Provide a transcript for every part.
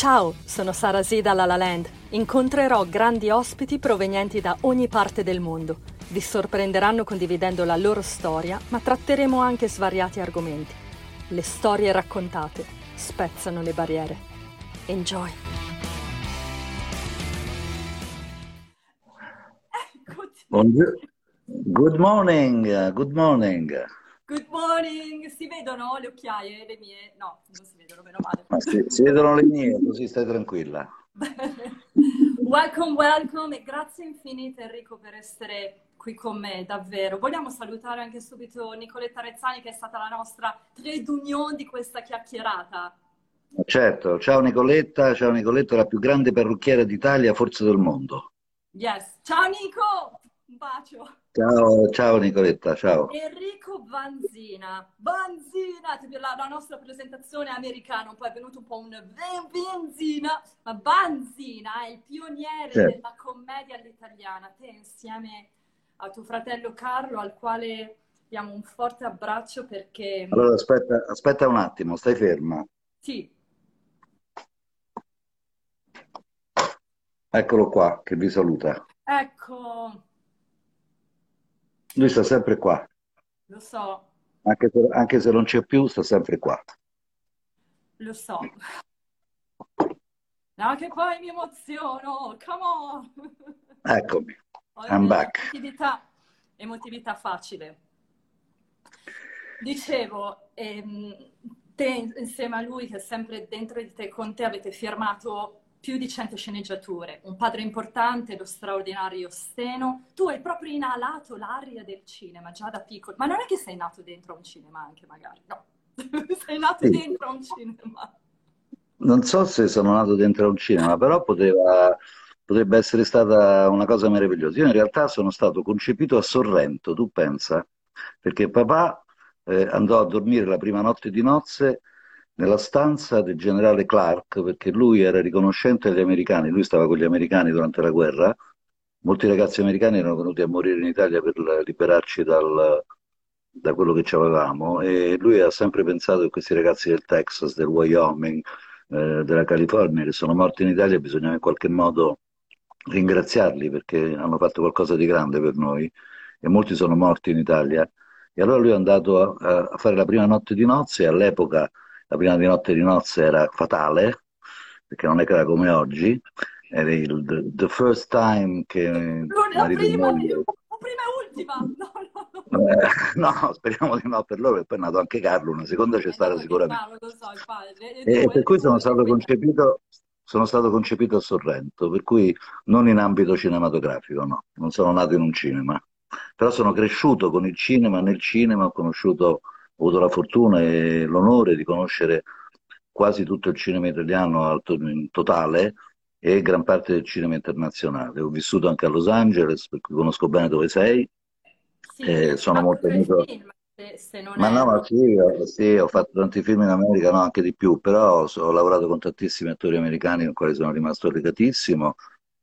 Ciao, sono Sara Z da La La Land. Incontrerò grandi ospiti provenienti da ogni parte del mondo. Vi sorprenderanno condividendo la loro storia, ma tratteremo anche svariati argomenti. Le storie raccontate spezzano le barriere. Enjoy! Good morning, good morning. Good morning! Si vedono le occhiaie, le mie? No, non si vedono, meno male. Ma si vedono le mie, così stai tranquilla. Welcome, welcome e grazie infinite Enrico per essere qui con me, davvero. Vogliamo salutare anche subito Nicoletta Rezzani che è stata la nostra trade union di questa chiacchierata. Certo, ciao Nicoletta, la più grande parrucchiera d'Italia, forse del mondo. Yes, ciao Nico! Un bacio! Ciao Nicoletta, ciao. Enrico Vanzina, la nostra presentazione americana, poi è venuto un po' un Vanzina, ma Vanzina è il pioniere Certo. della commedia all'italiana, te insieme a tuo fratello Carlo, al quale diamo un forte abbraccio perché... Allora aspetta un attimo, stai ferma. Sì, Eccolo qua, che vi saluta. ecco, Lui sta sempre qua, lo so, anche se non c'è più, sta sempre qua. lo so. No, che poi mi emoziono, come on! Eccomi, Ho I'm back. emotività facile. Dicevo, te insieme a lui, che è sempre dentro di te, con te avete firmato più di 100 sceneggiature, un padre importante, lo straordinario Steno. Tu hai proprio inalato l'aria del cinema già da piccolo, ma non è che sei nato dentro a un cinema anche magari, no, sei nato Sì. dentro a un cinema. Non so se sono nato dentro a un cinema, però potrebbe essere stata una cosa meravigliosa. Io in realtà sono stato concepito a Sorrento, tu pensa, perché papà andò a dormire la prima notte di nozze nella stanza del generale Clark, perché lui era riconoscente agli americani, lui stava con gli americani durante la guerra, molti ragazzi americani erano venuti a morire in Italia per liberarci da quello che ci avevamo e lui ha sempre pensato che questi ragazzi del Texas, del Wyoming, della California che sono morti in Italia, bisognava in qualche modo ringraziarli perché hanno fatto qualcosa di grande per noi e molti sono morti in Italia. E allora lui è andato a fare la prima notte di nozze e all'epoca la prima di notte di nozze era fatale, perché non è che era come oggi, era the first time che La marito e prima, moglie... o prima e ultima, no, no, no. No, speriamo di no per loro, e poi è nato anche Carlo, una seconda c'è È nato stata anche sicuramente. Carlo, lo so, il padre, E per le cui due, le quinte. sono stato concepito a Sorrento, per cui non in ambito cinematografico, no, non sono nato in un cinema, però sono cresciuto con il cinema, nel cinema ho avuto la fortuna e l'onore di conoscere quasi tutto il cinema italiano in totale e gran parte del cinema internazionale. Ho vissuto anche a Los Angeles, per cui conosco bene dove sei, Sì, tu hai sono girato molto tre amico. film, se non Ma no, ma erro. sì, sì, ho fatto tanti film in America, no, anche di più, però ho lavorato con tantissimi attori americani con i quali sono rimasto legatissimo.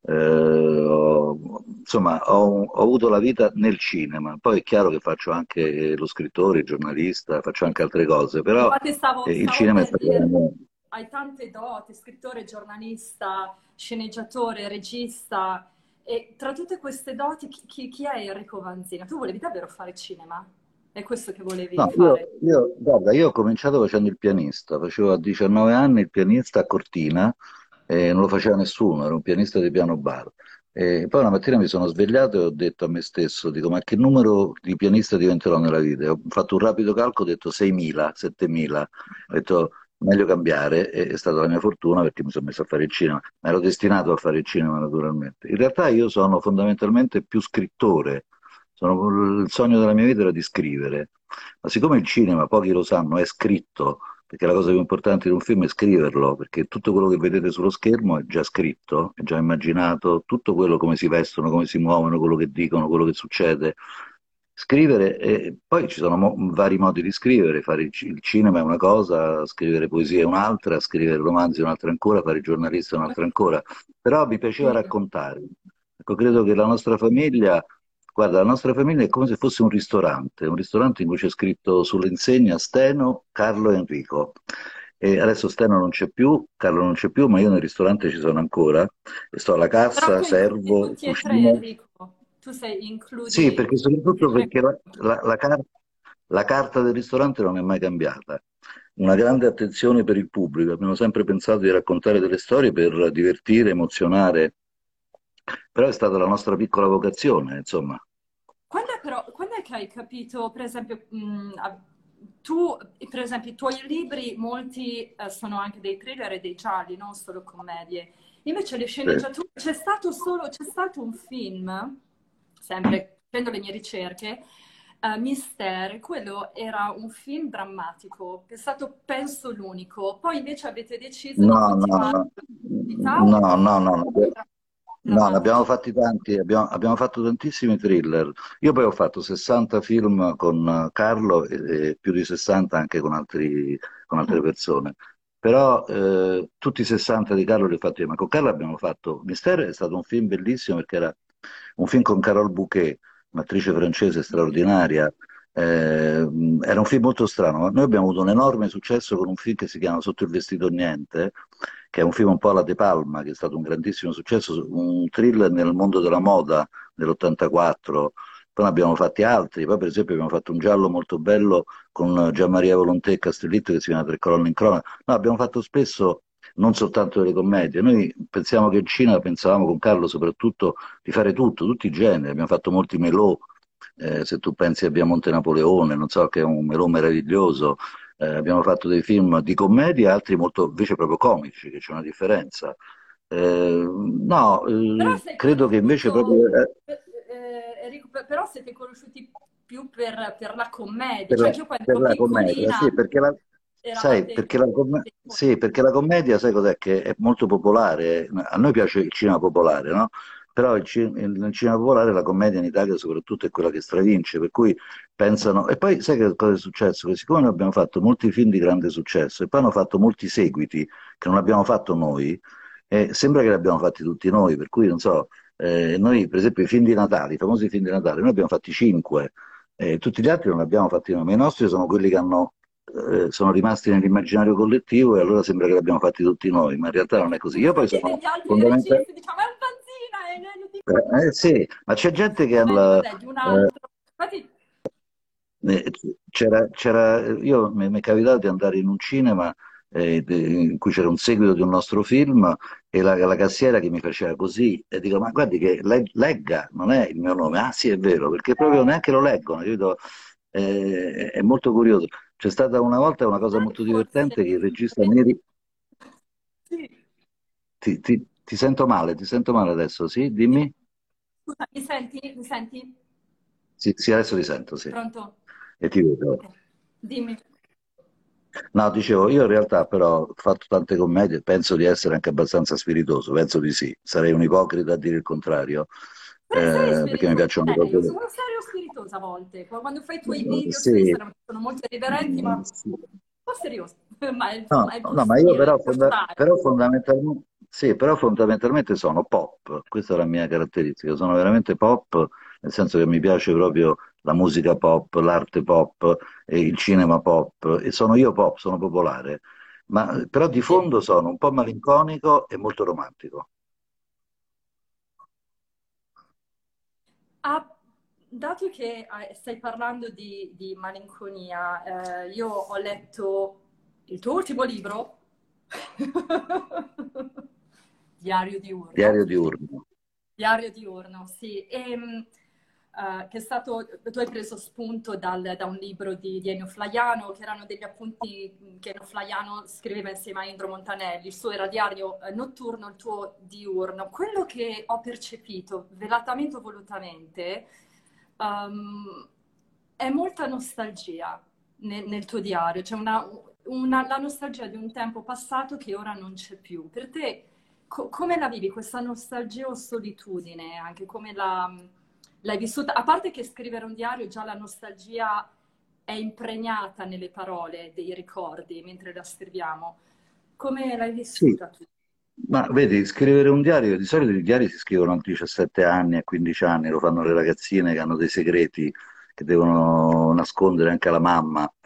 Insomma, ho avuto la vita nel cinema. Poi è chiaro che faccio anche lo scrittore, il giornalista, faccio anche altre cose, però Infatti il stavo cinema è per stato la dire, mia... hai tante doti, scrittore, giornalista, sceneggiatore, regista, e tra tutte queste doti chi è Enrico Vanzina? Tu volevi davvero fare cinema? È questo che volevi No, fare? guarda, io ho cominciato facendo il pianista, facevo a 19 anni il pianista a Cortina e non lo faceva nessuno, ero un pianista di piano bar. E poi una mattina mi sono svegliato e ho detto a me stesso, dico, ma che numero di pianista diventerò nella vita? E ho fatto un rapido calcolo, ho detto 6.000, 7.000, ho detto meglio cambiare e è stata la mia fortuna perché mi sono messo a fare il cinema, ma ero destinato a fare il cinema naturalmente. In realtà io sono fondamentalmente più scrittore, il sogno della mia vita era di scrivere. Ma siccome il cinema, pochi lo sanno, è scritto, perché la cosa più importante di un film è scriverlo, perché tutto quello che vedete sullo schermo è già scritto, è già immaginato, tutto quello come si vestono, come si muovono, quello che dicono, quello che succede. Scrivere, e poi ci sono vari modi di scrivere, fare il cinema è una cosa, scrivere poesia è un'altra, scrivere romanzi è un'altra ancora, fare il giornalista è un'altra ancora, però mi piaceva Sì. raccontare. Ecco, credo che la nostra famiglia, guarda, la nostra famiglia è come se fosse un ristorante in cui c'è scritto sull'insegna Steno, Carlo e Enrico. E adesso Steno non c'è più, Carlo non c'è più, ma io nel ristorante ci sono ancora e sto alla Però cassa, tu includi servo, tutti e tre, cucino. Enrico. Tu Sì, includi perché tutti e soprattutto tre. perché la carta del ristorante non è mai cambiata. Una grande attenzione per il pubblico. Abbiamo sempre pensato di raccontare delle storie per divertire, emozionare, però è stata la nostra piccola vocazione, insomma. Quando è che hai capito, per esempio, tu, per esempio, i tuoi libri, molti sono anche dei thriller e dei gialli, non solo commedie. Invece le Sì. sceneggiature, c'è stato un film, sempre facendo le mie ricerche, Mystère, quello era un film drammatico, che è stato, penso, l'unico. Poi invece avete deciso di No, no, continuare no, l'attività no, oppure no, no, no. No, ne abbiamo drammatici? fatti tanti, abbiamo fatto tantissimi thriller. Io poi ho fatto 60 film con Carlo e più di 60 anche con altre persone. Però tutti i 60 di Carlo li ho fatti io, ma con Carlo abbiamo fatto Mistero è stato un film bellissimo perché era un film con Carole Bouquet, un'attrice francese straordinaria. Era un film molto strano, ma noi abbiamo avuto un enorme successo con un film che si chiama Sotto il vestito niente, che è un film un po' alla De Palma, che è stato un grandissimo successo, un thriller nel mondo della moda nell'84. Poi ne abbiamo fatti altri, poi per esempio abbiamo fatto un giallo molto bello con Gianmaria Volontè e Castellitto che si chiama Tre colonne in cronaca. No, abbiamo fatto spesso non soltanto delle commedie, noi pensiamo che in Cina, pensavamo con Carlo soprattutto di fare tutto, tutti i generi, abbiamo fatto molti melò, se tu pensi a Via Monte Napoleone, non so, che è un melò meraviglioso, abbiamo fatto dei film di commedia, altri molto invece proprio comici, che c'è una differenza. No, Però sei credo che invece proprio conosciuto, Enrico, però siete conosciuti più per la commedia. Cioè, anche io quando per ero la commedia, sì, piccolina sai, eravate sì, perché la commedia, sai cos'è? Che è molto popolare. A noi piace il cinema popolare, no? Però nel cinema popolare la commedia in Italia soprattutto è quella che stravince, per cui pensano. E poi sai che cosa è successo? Che siccome noi abbiamo fatto molti film di grande successo e poi hanno fatto molti seguiti che non abbiamo fatto noi, sembra che li abbiamo fatti tutti noi, per cui non so, noi per esempio i film di Natale, i famosi film di Natale, noi abbiamo fatti cinque, tutti gli altri non li abbiamo fatti noi, ma i nostri sono quelli che sono rimasti nell'immaginario collettivo e allora sembra che li abbiamo fatti tutti noi, ma in realtà non è così. Io poi infatti sono degli altri fondamentalmente. registi, diciamo, è un panzina, io dico, Sì, ma c'è gente che vabbè, di un altro. Infatti, io mi è capitato di andare in un cinema in cui c'era un seguito di un nostro film e la cassiera che mi faceva così e dico ma guardi che legga, non è il mio nome, ah sì è vero, perché proprio neanche lo leggono, capito? È molto curioso. C'è stata una volta una cosa magari molto divertente che il forse... regista Neri. Sì. Ti ti sento male adesso, sì? Dimmi? Scusa, mi senti? Mi senti? Sì, sì, adesso ti sento, sì. Pronto? E ti vedo. Ok, dimmi. No, dicevo, io in realtà però ho fatto tante commedie, penso di essere anche abbastanza spiritoso, penso di sì, sarei un ipocrita a dire il contrario, Sei perché mi spiritoso, piacciono le serio, cose. sono serio spiritoso a volte. Quando fai i tuoi video su Sì, Instagram sono molto riverenti, ma un sì. po' serioso. Ma No, insomma, è il tuo no, ma io stile, può stare. però fondamentalmente, sì, però fondamentalmente sono pop, questa è la mia caratteristica, sono veramente pop, nel senso che mi piace proprio la musica pop, l'arte pop, e il cinema pop, e sono io pop, sono popolare, ma però di Sì. fondo sono un po' malinconico e molto romantico. Ah, dato che stai parlando di malinconia, io ho letto il tuo ultimo libro, Diario diurno. Diario diurno. Diario diurno, sì. Che è stato, tu hai preso spunto da un libro di Ennio Flaiano, che erano degli appunti che Ennio Flaiano scriveva insieme a Indro Montanelli. Il suo era diario notturno, il tuo diurno. Quello che ho percepito, velatamente o volutamente, ehm, è molta nostalgia nel tuo diario. C'è la nostalgia di un tempo passato che ora non c'è più. Per te come la vivi questa nostalgia o solitudine? Anche come l'hai vissuta? A parte che scrivere un diario, già la nostalgia è impregnata nelle parole dei ricordi mentre la scriviamo. Come l'hai Sì, vissuta tu? ma vedi, scrivere un diario, di solito i diari si scrivono a 17 anni, a 15 anni, lo fanno le ragazzine che hanno dei segreti che devono nascondere anche alla mamma.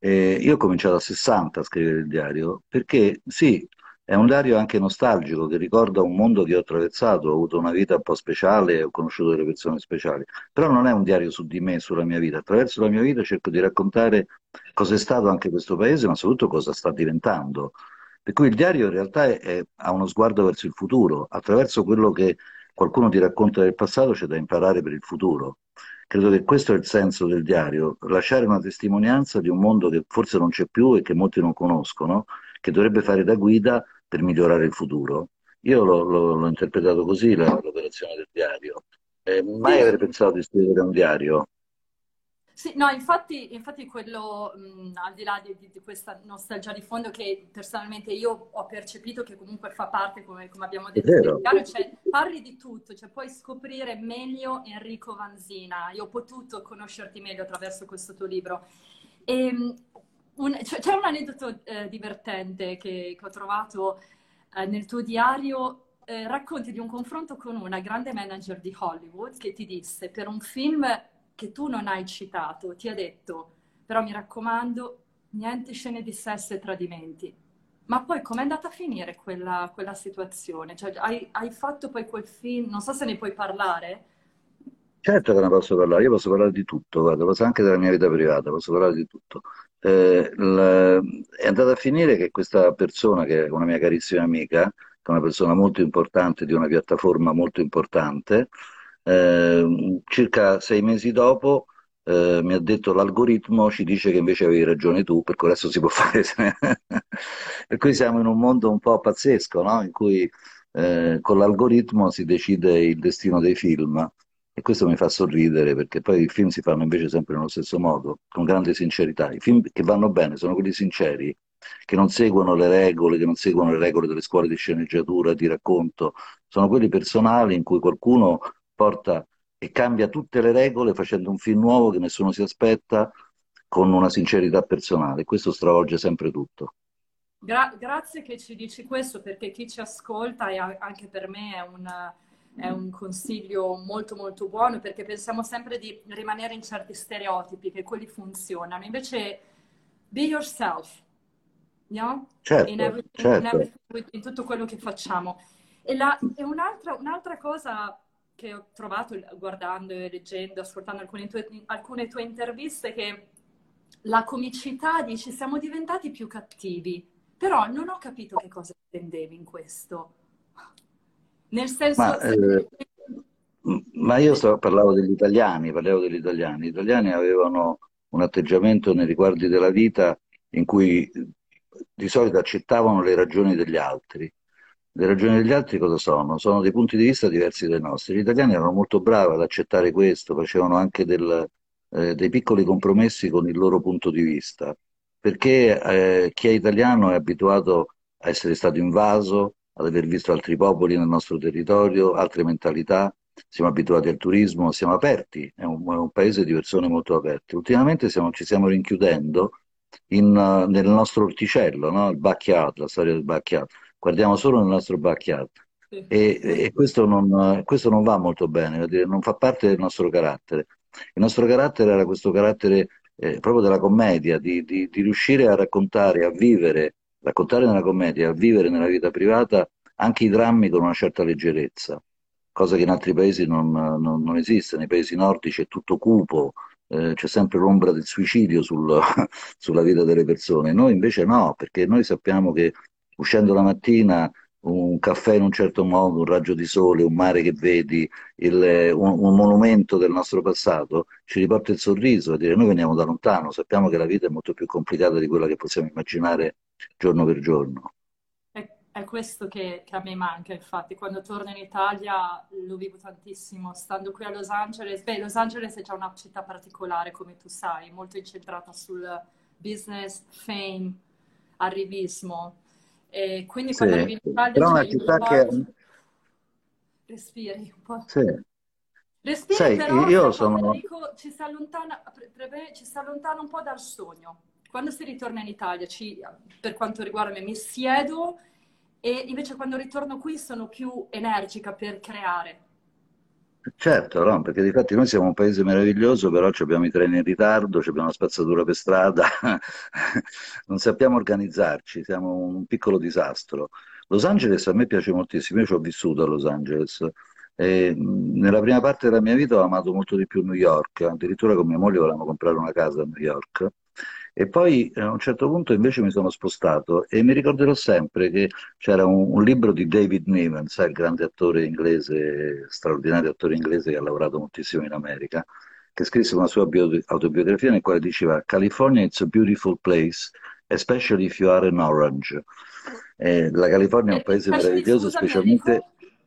Io ho cominciato a 60 a scrivere il diario, perché sì, è un diario anche nostalgico che ricorda un mondo che ho attraversato, ho avuto una vita un po' speciale, ho conosciuto delle persone speciali, però non è un diario su di me, sulla mia vita. Attraverso la mia vita cerco di raccontare cosa è stato anche questo paese, ma soprattutto cosa sta diventando. Per cui il diario in realtà ha uno sguardo verso il futuro, attraverso quello che qualcuno ti racconta del passato c'è da imparare per il futuro. Credo che questo è il senso del diario, lasciare una testimonianza di un mondo che forse non c'è più e che molti non conoscono, che dovrebbe fare da guida per migliorare il futuro. Io l'ho interpretato così l'operazione del diario. Mai avrei Sì, pensato di scrivere un diario. sì, no, infatti quello, al di là di questa nostalgia di fondo che personalmente io ho percepito che comunque fa parte, come abbiamo È detto, del vero. diario, cioè parli di tutto, cioè puoi scoprire meglio Enrico Vanzina. Io ho potuto conoscerti meglio attraverso questo tuo libro. E, c'è un aneddoto divertente che ho trovato nel tuo diario. Racconti di un confronto con una grande manager di Hollywood che ti disse per un film che tu non hai citato, ti ha detto, però mi raccomando, niente scene di sesso e tradimenti. Ma poi com'è andata a finire quella situazione? Cioè, hai fatto poi quel film, non so se ne puoi parlare? Certo che ne posso parlare, io posso parlare di tutto, guarda, posso anche della mia vita privata, posso parlare di tutto. È andata a finire che questa persona, che è una mia carissima amica, che è una persona molto importante, di una piattaforma molto importante, circa 6 mesi dopo, mi ha detto l'algoritmo ci dice che invece avevi ragione tu, per cui adesso si può fare. Per cui siamo in un mondo un po' pazzesco, no? In cui con l'algoritmo si decide il destino dei film. E questo mi fa sorridere perché poi i film si fanno invece sempre nello stesso modo, con grande sincerità. I film che vanno bene sono quelli sinceri, che non seguono le regole, che non seguono le regole delle scuole di sceneggiatura, di racconto, sono quelli personali in cui qualcuno porta e cambia tutte le regole facendo un film nuovo che nessuno si aspetta, con una sincerità personale. Questo stravolge sempre tutto. Grazie che ci dici questo perché chi ci ascolta e anche per me è un consiglio molto molto buono perché pensiamo sempre di rimanere in certi stereotipi che quelli funzionano. Invece, be yourself, no? Certo, certo. In tutto quello che facciamo. E un'altra cosa che ho trovato guardando e leggendo, ascoltando alcune tue interviste, è che la comicità dici siamo diventati più cattivi, però non ho capito che cosa intendevi in questo. Nel Ma, senso, ma io parlavo degli italiani, parlavo degli italiani. Gli italiani avevano un atteggiamento nei riguardi della vita in cui di solito accettavano le ragioni degli altri. Le ragioni degli altri cosa sono? Sono dei punti di vista diversi dai nostri. Gli italiani erano molto bravi ad accettare questo, facevano anche dei piccoli compromessi con il loro punto di vista, perché chi è italiano è abituato a essere stato invaso, ad aver visto altri popoli nel nostro territorio, altre mentalità, siamo abituati al turismo, siamo aperti, è un paese di persone molto aperte. Ultimamente ci stiamo rinchiudendo nel nostro orticello, no? Il backyard, la storia del backyard. Guardiamo solo nel nostro backyard. sì. E questo non va molto bene, vuol dire, non fa parte del nostro carattere. Il nostro carattere era questo carattere proprio della commedia, di riuscire a raccontare, a vivere, raccontare nella commedia, a vivere nella vita privata anche i drammi con una certa leggerezza, cosa che in altri paesi non esiste. Nei paesi nordici è tutto cupo, c'è sempre l'ombra del suicidio sulla vita delle persone. Noi invece no, perché noi sappiamo che uscendo la mattina un caffè in un certo modo, un raggio di sole, un mare che vedi, un monumento del nostro passato, ci riporta il sorriso, a dire noi veniamo da lontano, sappiamo che la vita è molto più complicata di quella che possiamo immaginare giorno per giorno. È questo che a me manca, infatti, quando torno in Italia lo vivo tantissimo, stando qui a Los Angeles. Beh, Los Angeles è già una città particolare, come tu sai, molto incentrata sul business, fame, arrivismo. E quindi Sì, quando arrivi in sì. Italia Però è c'è una il New città che... York, respiri un po'. Sì. Respiri, Sai, però, io sai cosa, sono... Enrico? Per me ci si allontana un po' dal sogno. Quando si ritorna in Italia, per quanto riguarda me, mi siedo e invece quando ritorno qui sono più energica per creare. Certo, no, perché difatti noi siamo un paese meraviglioso, però ci abbiamo i treni in ritardo, ci abbiamo la spazzatura per strada, non sappiamo organizzarci, siamo un piccolo disastro. Los Angeles a me piace moltissimo, io ci ho vissuto a Los Angeles e nella prima parte della mia vita ho amato molto di più New York, addirittura con mia moglie volevamo comprare una casa a New York e poi a un certo punto invece mi sono spostato e mi ricorderò sempre che c'era un libro di David Niven, sai, il grande attore inglese, straordinario attore inglese che ha lavorato moltissimo in America, che scrisse una sua autobiografia nel quale diceva California is a beautiful place, especially if you are an orange. La California è un paese Facili, meraviglioso, scusami Enrico. specialmente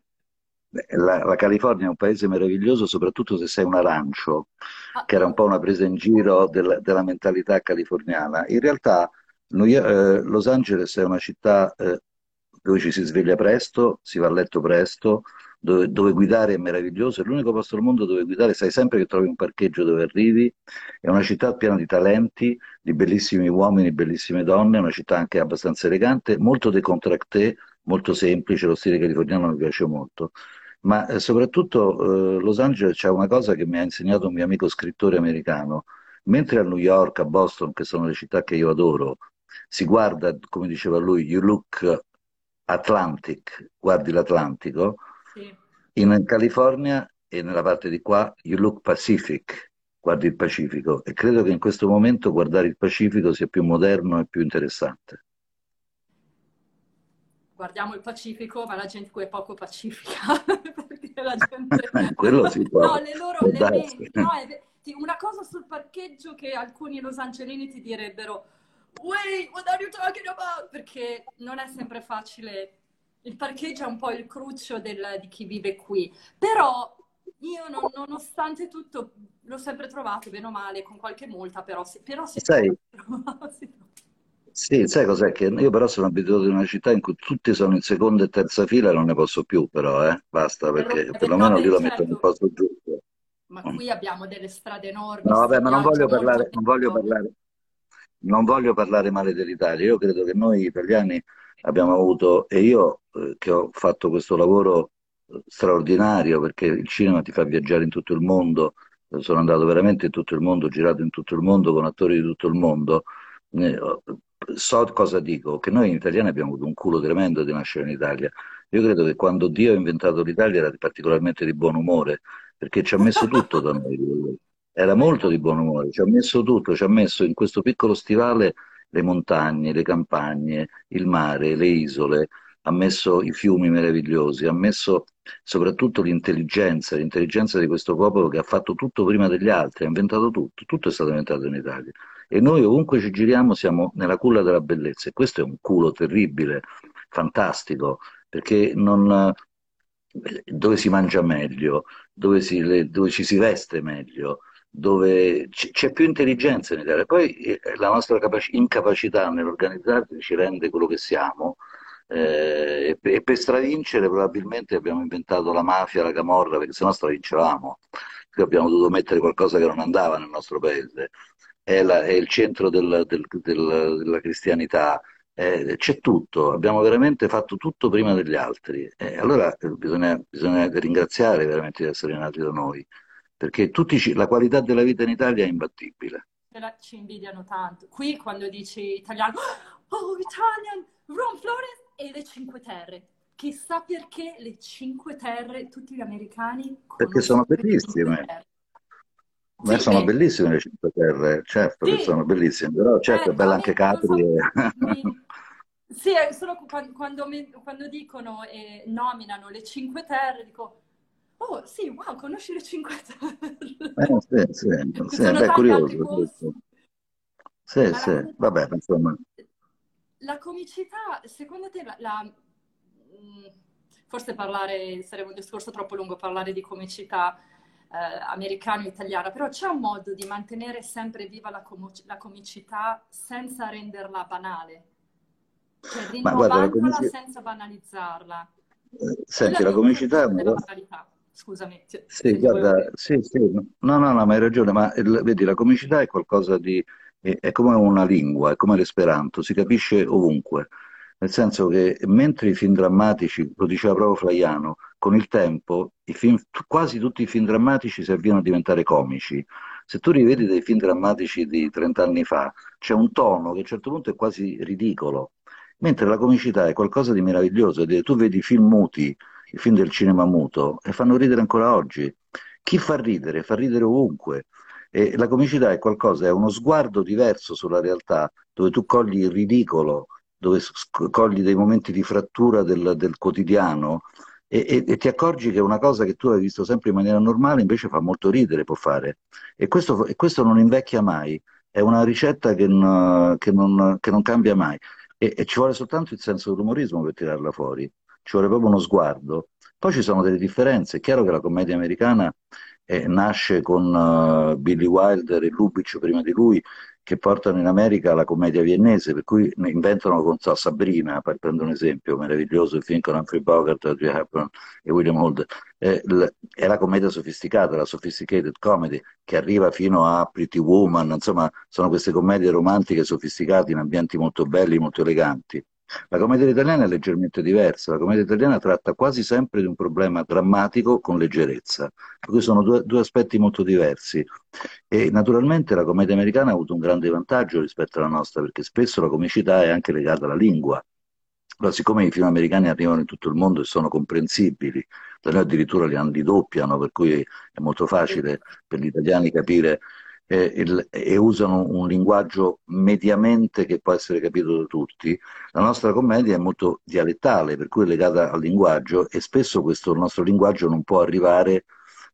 la California è un paese meraviglioso, soprattutto se sei un arancio, Ah, che era un po' una presa in giro della mentalità californiana. In realtà Los Angeles è una città dove ci si sveglia presto, si va a letto presto, dove guidare è meraviglioso, è l'unico posto al mondo dove guidare sai sempre che trovi un parcheggio dove arrivi, è una città piena di talenti, di bellissimi uomini, bellissime donne, è una città anche abbastanza elegante, molto décontractée, molto semplice, lo stile californiano mi piace molto. Ma soprattutto Los Angeles c'è una cosa che mi ha insegnato un mio amico scrittore americano. Mentre a New York, a Boston, che sono le città che io adoro, si guarda, come diceva lui, you look Atlantic, guardi l'Atlantico, sì. in California e nella parte di qua, you look Pacific, guardi il Pacifico. E credo che in questo momento guardare il Pacifico sia più moderno e più interessante. Guardiamo il Pacifico, ma la gente qui è poco pacifica, perché la gente... Quello si No, può, può le darsi. menti, no, una cosa sul parcheggio che alcuni losangelini ti direbbero, wait, what are you talking about? Perché non è sempre facile, il parcheggio è un po' il cruccio di chi vive qui, però io nonostante tutto l'ho sempre trovato, bene o male, con qualche multa, però si trova. Sai, Si trova. sì, sai cos'è? Che io però sono abituato in una città in cui tutti sono in seconda e terza fila e non ne posso più, però, basta, perché No, perlomeno lì beh, lo metto nel certo, posto giusto. ma Mm. qui abbiamo delle strade enormi, No, si vabbè, ma viaggia molto lento. non voglio parlare male dell'Italia. Io credo che noi italiani abbiamo avuto, e io che ho fatto questo lavoro straordinario, perché il cinema ti fa viaggiare in tutto il mondo, sono andato veramente in tutto il mondo, ho girato in tutto il mondo con attori di tutto il mondo. Eh, So cosa dico, che noi italiani abbiamo avuto un culo tremendo di nascere in Italia. Io credo che quando Dio ha inventato l'Italia era particolarmente di buon umore, perché ci ha messo tutto da noi. Era molto di buon umore, ci ha messo tutto, ci ha messo in questo piccolo stivale le montagne, le campagne, il mare, le isole, ha messo i fiumi meravigliosi, ha messo soprattutto l'intelligenza di questo popolo che ha fatto tutto prima degli altri, ha inventato tutto, tutto è stato inventato in Italia. E noi ovunque ci giriamo siamo nella culla della bellezza e questo è un culo terribile, fantastico, perché non, dove si mangia meglio, dove ci si veste meglio, dove c'è più intelligenza in Italia. Poi la nostra incapacità nell'organizzarci ci rende quello che siamo. E per stravincere probabilmente abbiamo inventato la mafia, la camorra, perché sennò stravincevamo. Qui abbiamo dovuto mettere qualcosa che non andava nel nostro paese. È il centro della cristianità, c'è tutto, abbiamo veramente fatto tutto prima degli altri. Allora bisogna ringraziare veramente di essere nati da noi, perché la qualità della vita in Italia è imbattibile. Ci invidiano tanto. Qui quando dici italiano, oh, Italian, Ron Flores e le Cinque Terre. Chissà perché le Cinque Terre, tutti gli americani Perché sono conoscono le Cinque bellissime. Terre. Beh, Sì, sono bellissime le Cinque Terre, certo che sì, sono bellissime, però certo è bella a anche me, non Capri. so, sì, è solo quando dicono e nominano le Cinque Terre, dico, oh sì, wow, conosci le Cinque Terre? Sì, sì, Ci sì, sono beh, tanti altri curioso. posti. Sì, Ma sì, vabbè, insomma, la comicità, secondo te, forse sarebbe un discorso troppo lungo parlare di comicità americana o italiana, però c'è un modo di mantenere sempre viva la comicità senza renderla banale, cioè ma guarda, rinnovandola senza banalizzarla. È senti, la il comicità è cruccio una della cosa. banalità. Scusami, Sì, se ti volevo guarda, dire. sì, sì, no, no, no, ma hai ragione, ma vedi, la comicità è qualcosa di, è come una lingua, è come l'esperanto, si capisce ovunque. nel senso che mentre i film drammatici, lo diceva proprio Flaiano, con il tempo quasi tutti i film drammatici si avviano a diventare comici. Se tu rivedi dei film drammatici di 30 anni fa, c'è un tono che a un certo punto è quasi ridicolo, mentre la comicità è qualcosa di meraviglioso. Tu vedi i film muti, i film del cinema muto, e fanno ridere ancora oggi. Chi fa ridere ovunque. E la comicità è qualcosa, è uno sguardo diverso sulla realtà, dove tu cogli il ridicolo, dove cogli dei momenti di frattura del quotidiano e ti accorgi che una cosa che tu hai visto sempre in maniera normale invece fa molto ridere, può fare. E questo non invecchia mai, è una ricetta che non cambia mai. E ci vuole soltanto il senso dell'umorismo per tirarla fuori, ci vuole proprio uno sguardo. Poi ci sono delle differenze, è chiaro che la commedia americana nasce con Billy Wilder e Lubitsch prima di lui, che portano in America la commedia viennese, per cui ne inventano con Sabrina, per prendere un esempio meraviglioso, il film con Humphrey Bogart, Audrey Hepburn e William Holden. È la commedia sofisticata, la sophisticated comedy, che arriva fino a Pretty Woman, insomma, sono queste commedie romantiche sofisticate in ambienti molto belli, molto eleganti. La commedia italiana è leggermente diversa, la commedia italiana tratta quasi sempre di un problema drammatico con leggerezza, per cui sono due aspetti molto diversi. E naturalmente la commedia americana ha avuto un grande vantaggio rispetto alla nostra, perché spesso la comicità è anche legata alla lingua. Allora, siccome i film americani arrivano in tutto il mondo e sono comprensibili, da noi addirittura li doppiano, per cui è molto facile per gli italiani capire e usano un linguaggio mediamente che può essere capito da tutti. La nostra commedia è molto dialettale, per cui è legata al linguaggio e spesso questo nostro linguaggio non può arrivare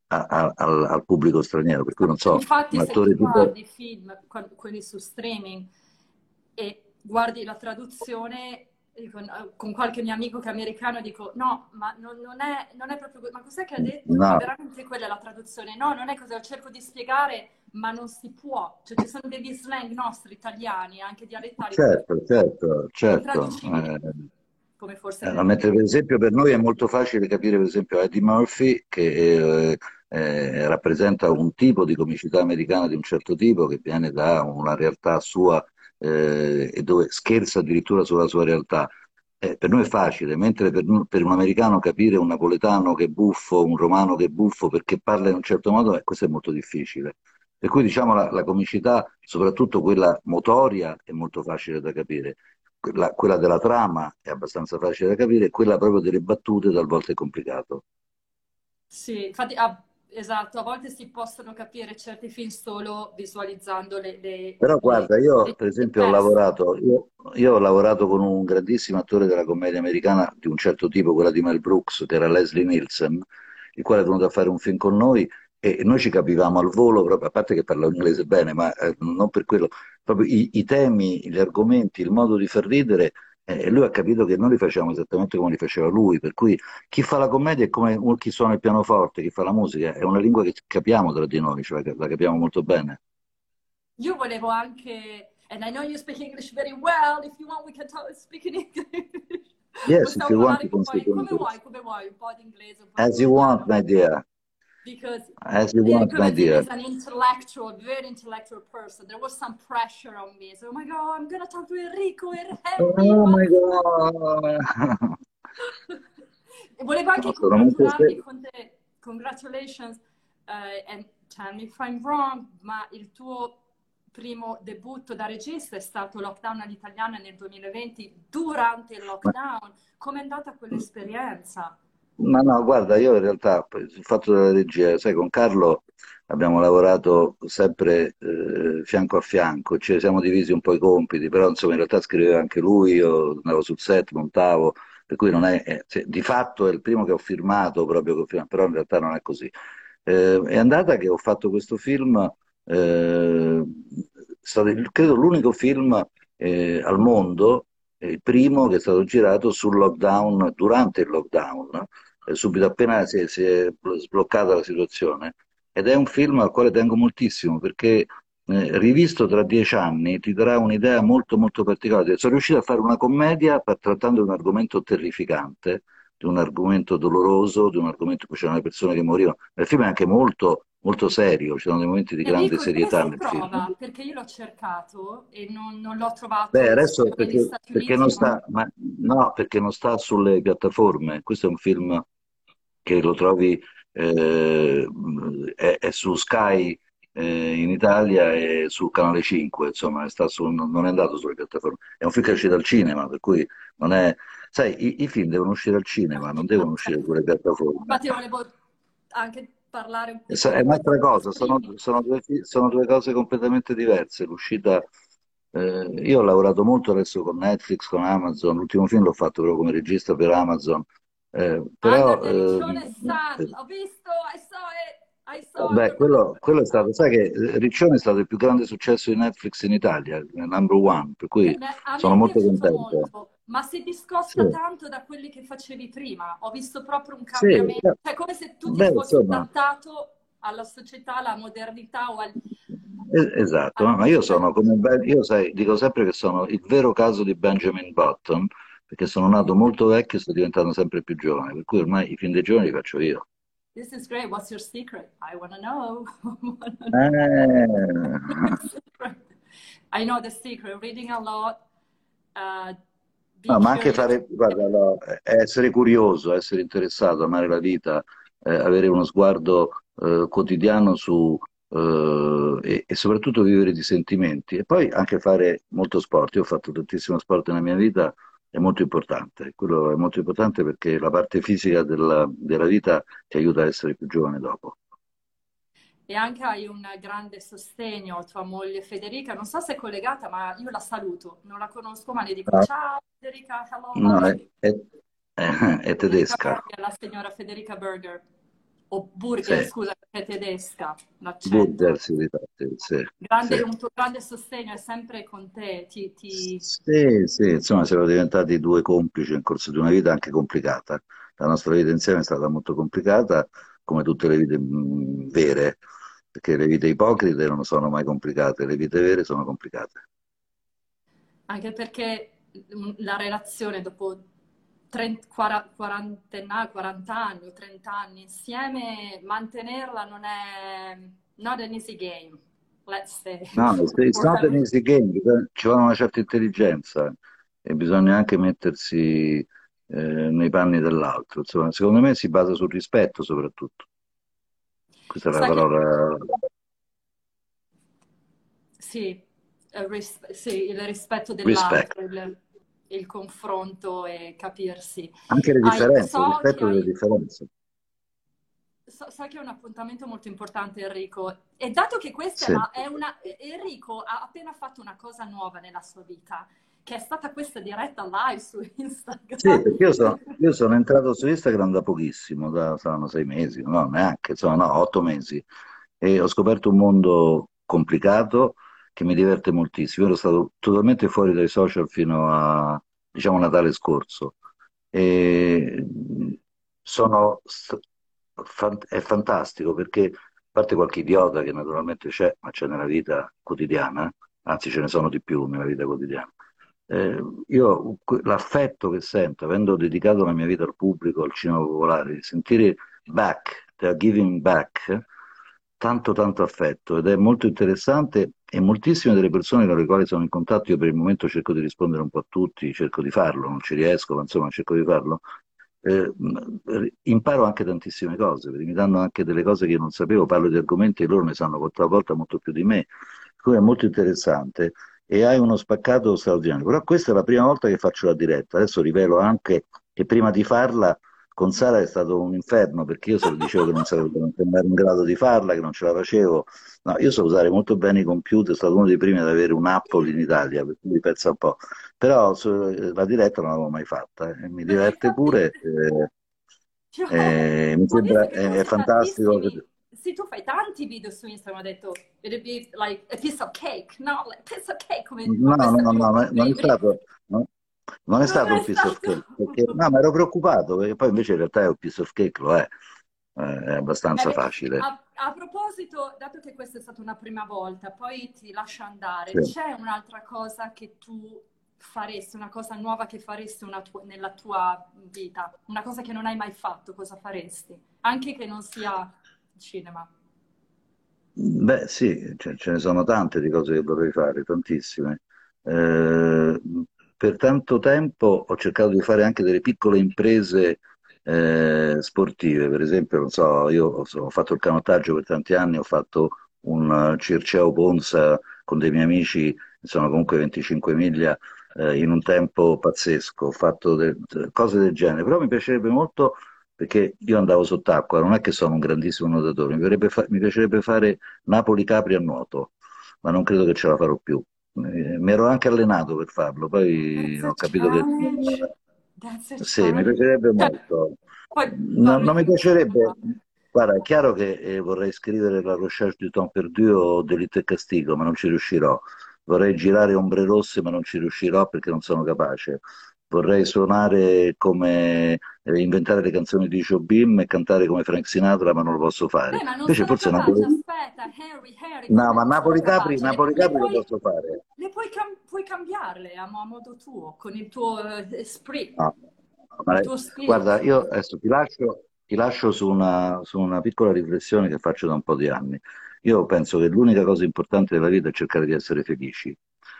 al pubblico straniero, per cui non so, un Infatti, se tu attore tipo... guardi film, quelli su streaming, e guardi la traduzione, con qualche mio amico che è americano, dico, no, ma non è proprio, ma cos'è che ha detto? Ma No, veramente quella è la traduzione? No, non è così, cerco di spiegare, ma non si può. Cioè, ci sono degli slang nostri, italiani, anche dialettali, come certo, certo, certo. intraducibili, come forse Mentre per nell'inglese. esempio per noi è molto facile capire per esempio Eddie Murphy che rappresenta un tipo di comicità americana di un certo tipo che viene da una realtà sua e dove scherza addirittura sulla sua realtà. Per noi è facile, mentre per un americano capire un napoletano che è buffo, un romano che è buffo perché parla in un certo modo, questo è molto difficile. Per cui diciamo la comicità, soprattutto quella motoria, è molto facile da capire. Quella della trama è abbastanza facile da capire, quella proprio delle battute talvolta è complicato. Sì, infatti, esatto, a volte si possono capire certi film solo visualizzando Però guarda, io per il esempio testo. io ho lavorato con un grandissimo attore della commedia americana di un certo tipo, quella di Mel Brooks, che era Leslie Nielsen, il quale è venuto a fare un film con noi e noi ci capivamo al volo, proprio, a parte che parlavo inglese bene, ma non per quello, proprio i temi, gli argomenti, il modo di far ridere, e lui ha capito che noi li facevamo esattamente come li faceva lui, per cui chi fa la commedia è come chi suona il pianoforte, chi fa la musica, è una lingua che capiamo tra di noi, cioè che la capiamo molto bene. Io volevo anche, and I know you speak English very well, if you want we can speak in English. Yes, if Possiamo you want, parlare you can speak English. come vuoi, un po' di inglese, un po' di As you want, italiano. my dear. Because As you want, my Imagine dear. is an intellectual, very intellectual person. There was some pressure on me. So, oh my God, I'm gonna talk to Enrico and Henry. Oh What? my God. E volevo anche No, sono molto congratularmi con te. Congratulations, and tell me if I'm wrong, ma il tuo primo debutto da regista è stato Lockdown all'italiana nel 2020, durante il ma, lockdown. Com'è andata quell'esperienza? ma no, guarda, io in realtà il fatto della regia, sai, con Carlo abbiamo lavorato sempre fianco a fianco, ci siamo divisi un po' i compiti, però insomma in realtà scriveva anche lui, io andavo sul set, montavo, per cui non è, di fatto è il primo che ho firmato proprio, però in realtà non è così. È andata che ho fatto questo film, è stato credo l'unico film al mondo, il primo che è stato girato sul lockdown, durante il lockdown, no? Subito appena si è sbloccata la situazione. Ed è un film al quale tengo moltissimo perché rivisto tra 10 anni ti darà un'idea molto molto particolare. Sono riuscito a fare una commedia trattando di un argomento terrificante, di un argomento doloroso, di un argomento in cui c'erano le persone che morivano. Il film è anche molto molto serio, ci sono dei momenti di grande Enrico, dove serietà si nel film. trova? Perché io l'ho cercato e non l'ho trovato Beh, adesso negli Stati perché Uniti. non sta, ma, no, perché non sta sulle piattaforme. Questo è un film che lo trovi, è su Sky in Italia e su Canale 5, insomma, non è andato sulle piattaforme. È un film che esce dal cinema, per cui non è... Sai, i film devono uscire al cinema, non devono uscire sulle piattaforme. Infatti volevo anche parlare un po' È di questo un'altra cosa, streaming. sono due cose completamente diverse. L'uscita, io ho lavorato molto adesso con Netflix, con Amazon, l'ultimo film l'ho fatto proprio come regista per Amazon, Under però the Riccione Sun, ho visto, I saw beh, your quello è stato, sai che Riccione è stato il più grande successo di Netflix in Italia, number one, per cui A me sono è molto piaciuto contento. molto, ma si Sì, discosta tanto da quelli che facevi prima. Ho visto proprio un sì, cambiamento, è come se tu ti beh, fossi insomma. adattato alla società, alla modernità Esatto, alla no, ma io sono digitalità. come io sai, dico sempre che sono il vero caso di Benjamin Button, perché sono nato molto vecchio e sto diventando sempre più giovane, per cui ormai i film dei giovani li faccio io. This is great. What's your secret? I want to know. Eh, I know the secret. Reading a lot, uh, be no, ma anche curious. fare, guarda, no, essere curioso, essere interessato, amare la vita, avere uno sguardo quotidiano su, e soprattutto vivere di sentimenti. E poi anche fare molto sport. Io ho fatto tantissimo sport nella mia vita, è molto importante. Quello è molto importante perché la parte fisica della vita ti aiuta a essere più giovane dopo. E anche hai un grande sostegno, tua moglie Federica, non so se è collegata, ma io la saluto, non la conosco, ma le dico No, ciao Federica, hello, no, hi. è Federica tedesca. Berger, la signora Federica Berger, o Sì, Burger, scusa, perché è tedesca, l'accento. Burger si riparte, sì, sì. Un tuo grande sostegno è sempre con te, Sì, sì, insomma, siamo diventati due complici nel corso di una vita anche complicata. La nostra vita insieme è stata molto complicata, come tutte le vite vere, perché le vite ipocrite non sono mai complicate, le vite vere sono complicate. anche perché la relazione dopo 40 anni o 30 anni insieme, mantenerla non è not an easy game, let's say. No, it's not an easy game, ci vuole una certa intelligenza e bisogna anche mettersi nei panni dell'altro. Insomma, secondo me si basa sul rispetto soprattutto. Questa è la Sai che parola sì, sì, il rispetto rispetto. dell'altro, il confronto e capirsi. Anche le differenze, il So che rispetto delle differenze. so che è un appuntamento molto importante, Enrico. E dato che questa Sì. è una... Enrico ha appena fatto una cosa nuova nella sua vita, che è stata questa diretta live su Sì, Instagram. perché io sono entrato su Instagram da pochissimo, saranno 6 mesi, no, neanche, insomma, no, 8 mesi, e ho scoperto un mondo complicato che mi diverte moltissimo. Io ero stato totalmente fuori dai social fino a, diciamo, Natale scorso. E sono, è fantastico perché, a parte qualche idiota che naturalmente c'è, ma c'è nella vita quotidiana, anzi ce ne sono di più nella vita quotidiana. Io l'affetto che sento, avendo dedicato la mia vita al pubblico, al cinema popolare, di sentire back, the giving back, tanto tanto affetto ed è molto interessante e moltissime delle persone con le quali sono in contatto, io per il momento cerco di rispondere un po' a tutti, cerco di farlo, non ci riesco, ma insomma cerco di farlo. Imparo anche tantissime cose, perché mi danno anche delle cose che io non sapevo, parlo di argomenti e loro ne sanno qualche volta molto più di me, per cui è molto interessante e hai uno spaccato straordinario. Però questa è la prima volta che faccio la diretta. Adesso rivelo anche che prima di farla con Sara è stato un inferno perché io se le dicevo che non sapevo, che non ero in grado di farla, che non ce la facevo. No, io so usare molto bene i computer, sono stato uno dei primi ad avere un Apple in Italia, per cui pensa un po'. Però la diretta non l'avevo mai fatta e mi Perché diverte infatti pure. Mi ho visto sembra, che tu è usi fantastico. tantissimi, sì, tu fai tanti video su Instagram, ho detto, it'd be like a piece of cake, no? Like piece of cake, come No, questo è no, il mio no, non è favorite. stato, no, non è Non stato è un piece of stato... cake, perché, no, ma ero preoccupato, perché poi invece in realtà è un piece of cake, lo è abbastanza Beh, facile. a proposito, dato che questa è stata una prima volta, poi ti lascio andare, Sì. c'è un'altra cosa che tu faresti, una cosa nuova che faresti nella tua vita, una cosa che non hai mai fatto, cosa faresti? Anche che non sia cinema. Beh, sì, ce ne sono tante di cose che vorrei fare, tantissime. Eh, per tanto tempo ho cercato di fare anche delle piccole imprese sportive, per esempio, non so, io ho fatto il canottaggio per tanti anni, ho fatto un Circeo Ponza con dei miei amici, sono comunque 25 miglia, in un tempo pazzesco, ho fatto cose del genere, però mi piacerebbe molto perché io andavo sott'acqua, non è che sono un grandissimo nuotatore, mi piacerebbe fare Napoli-Capri a nuoto, ma non credo che ce la farò più. Mi ero anche allenato per farlo, poi That's a ho capito che challenge. That's a sì, mi challenge. piacerebbe Cioè, molto. poi parlo Non di mi una piacerebbe, cosa. guarda, è chiaro che vorrei scrivere La Recherche du Temps perdu o Delitto e Castigo, ma non ci riuscirò. Vorrei girare Ombre Rosse, ma non ci riuscirò perché non sono capace. Vorrei suonare come, inventare le canzoni di Jobim e cantare come Frank Sinatra, ma non lo posso fare. Ma non Invece sono forse capace, Napoli... aspetta, Harry, No, come ma non sono Napoli-Capri, capace? Napoli-Capri lo posso fare. Puoi cambiarle a modo tuo, con il tuo esprit, No, ma- il tuo guarda, spirito. io adesso ti lascio su una piccola riflessione che faccio da un po' di anni. Io penso che l'unica cosa importante della vita è cercare di essere felici.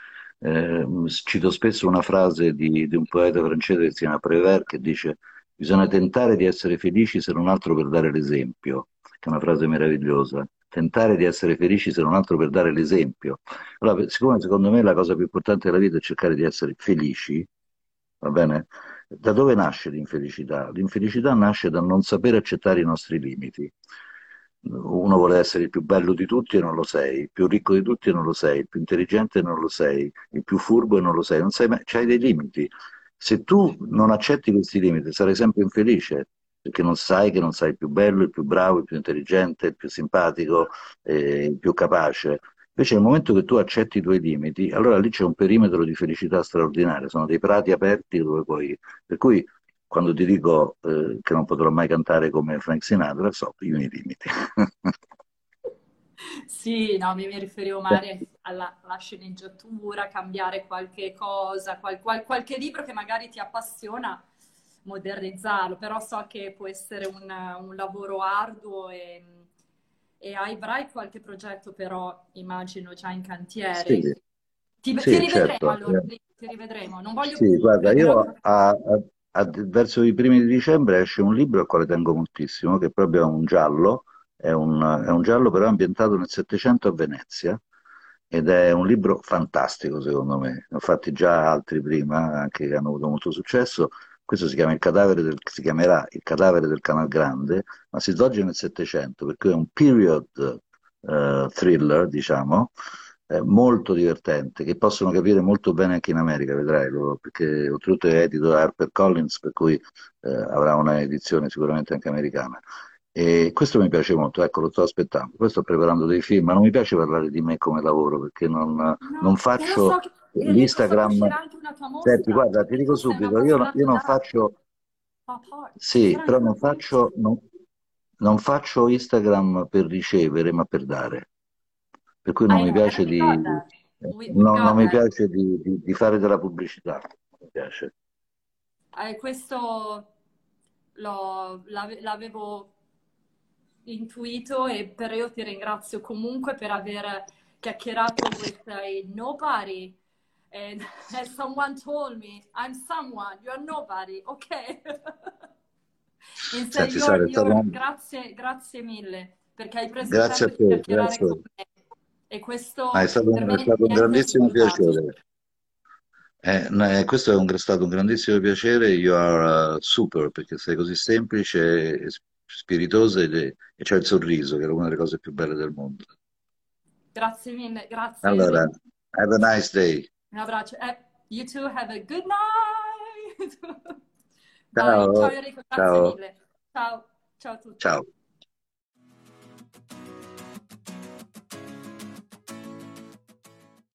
Cito spesso una frase di un poeta francese che si chiama Prévert che dice: bisogna tentare di essere felici se non altro per dare l'esempio, che è una frase meravigliosa. Tentare di essere felici se non altro per dare l'esempio. Allora, siccome secondo me la cosa più importante della vita è cercare di essere felici, va bene? Da dove nasce l'infelicità? L'infelicità nasce dal non sapere accettare i nostri limiti. Uno vuole essere il più bello di tutti e non lo sei, il più ricco di tutti e non lo sei, il più intelligente e non lo sei, il più furbo e non lo sei, non sei mai, c'hai dei limiti. Se tu non accetti questi limiti, sarai sempre infelice, perché non sai che non sei il più bello, il più bravo, il più intelligente, il più simpatico, il più capace. Invece nel momento che tu accetti i tuoi limiti, allora lì c'è un perimetro di felicità straordinario, sono dei prati aperti dove puoi... Per cui quando ti dico che non potrò mai cantare come Frank Sinatra, so i miei limiti. Sì, no, mi riferivo magari alla sceneggiatura, cambiare qualche cosa, qualche libro che magari ti appassiona, modernizzarlo, però so che può essere un lavoro arduo e avrai qualche progetto però, immagino, già in cantiere. Sì, Ti sì, rivedremo certo. allora, ti rivedremo. Non voglio Sì, guarda, prendere io altro. verso i primi di dicembre esce un libro al quale tengo moltissimo, che è proprio un giallo, è un giallo però ambientato nel Settecento a Venezia, ed è un libro fantastico secondo me. Ne ho fatti già altri prima, anche che hanno avuto molto successo. Questo si chiamerà Il cadavere del Canal Grande, ma si svolge nel Settecento, per cui è un period thriller, diciamo, molto divertente, che possono capire molto bene anche in America, vedrai, perché oltretutto è edito da HarperCollins, per cui avrà una edizione sicuramente anche americana. E questo mi piace molto, ecco, lo sto aspettando. Poi sto preparando dei film, ma non mi piace parlare di me come lavoro, perché non No, e lo faccio so che so che l'Instagram. uscirà anche una tua Senti, mostra guarda, ti e dico tu sei un subito, io appassionato non d'arte. faccio, Pop art. Ci sì, sarà però anche una tua mostra. non faccio Instagram per ricevere, ma per dare. Per cui non I mi know, and piace we got that. We non got mi that. piace di fare della pubblicità. Non mi piace. Questo l'avevo intuito e per io ti ringrazio comunque per aver chiacchierato with a nobody. And as someone told me, I'm someone, you're nobody, ok? Senti, Sara, è stato Grazie mille perché hai preso il grazie tempo a di te, chiacchierare con grazie. me e Ah, questo per è me stato un niente è grandissimo scontato. piacere. No, questo è stato un grandissimo piacere. You are super perché sei così semplice, e spiritosa e c'è il sorriso, che è una delle cose più belle del mondo. Grazie mille, grazie Henry. Allora, have a nice day. Un abbraccio. You too, have a good night. Bye. Ciao Ciao, Enrico, grazie ciao, mille. Ciao, ciao a tutti. ciao.